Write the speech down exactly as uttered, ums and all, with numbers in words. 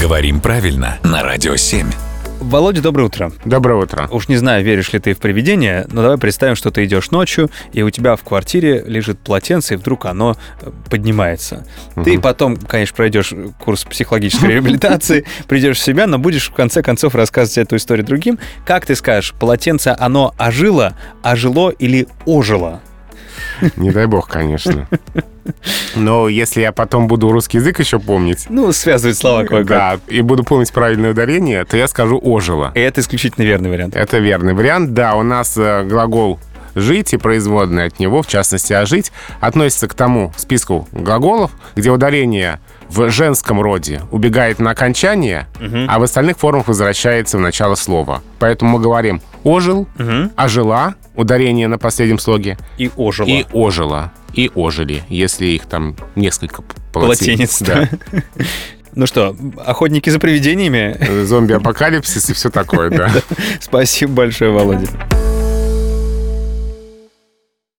Говорим правильно на Радио семь. Володя, доброе утро. Доброе утро. Уж не знаю, веришь ли ты в привидения, но давай представим, что ты идешь ночью, и у тебя в квартире лежит полотенце, и вдруг оно поднимается. Угу. Ты потом, конечно, пройдешь курс психологической реабилитации, придешь в себя, но будешь в конце концов рассказывать эту историю другим. Как ты скажешь, полотенце, оно ожило, ожило или ожило? Не дай бог, конечно. Но если я потом буду русский язык еще помнить... Ну, связывать слова кое-как. Да, и буду помнить правильное ударение, то я скажу «ожило». И это исключительно верный вариант. Это верный вариант, да. У нас э, глагол «жить» и производные от него, в частности «ожить», относится к тому списку глаголов, где ударение в женском роде убегает на окончание, угу. а в остальных формах возвращается в начало слова. Поэтому мы говорим «ожил», угу. «ожила», ударение на последнем слоге. И «ожило». И «ожило». И «ожили», если их там несколько полотенец. Да. Ну что, охотники за привидениями? Зомби-апокалипсис и все такое, да. Спасибо большое, Володя.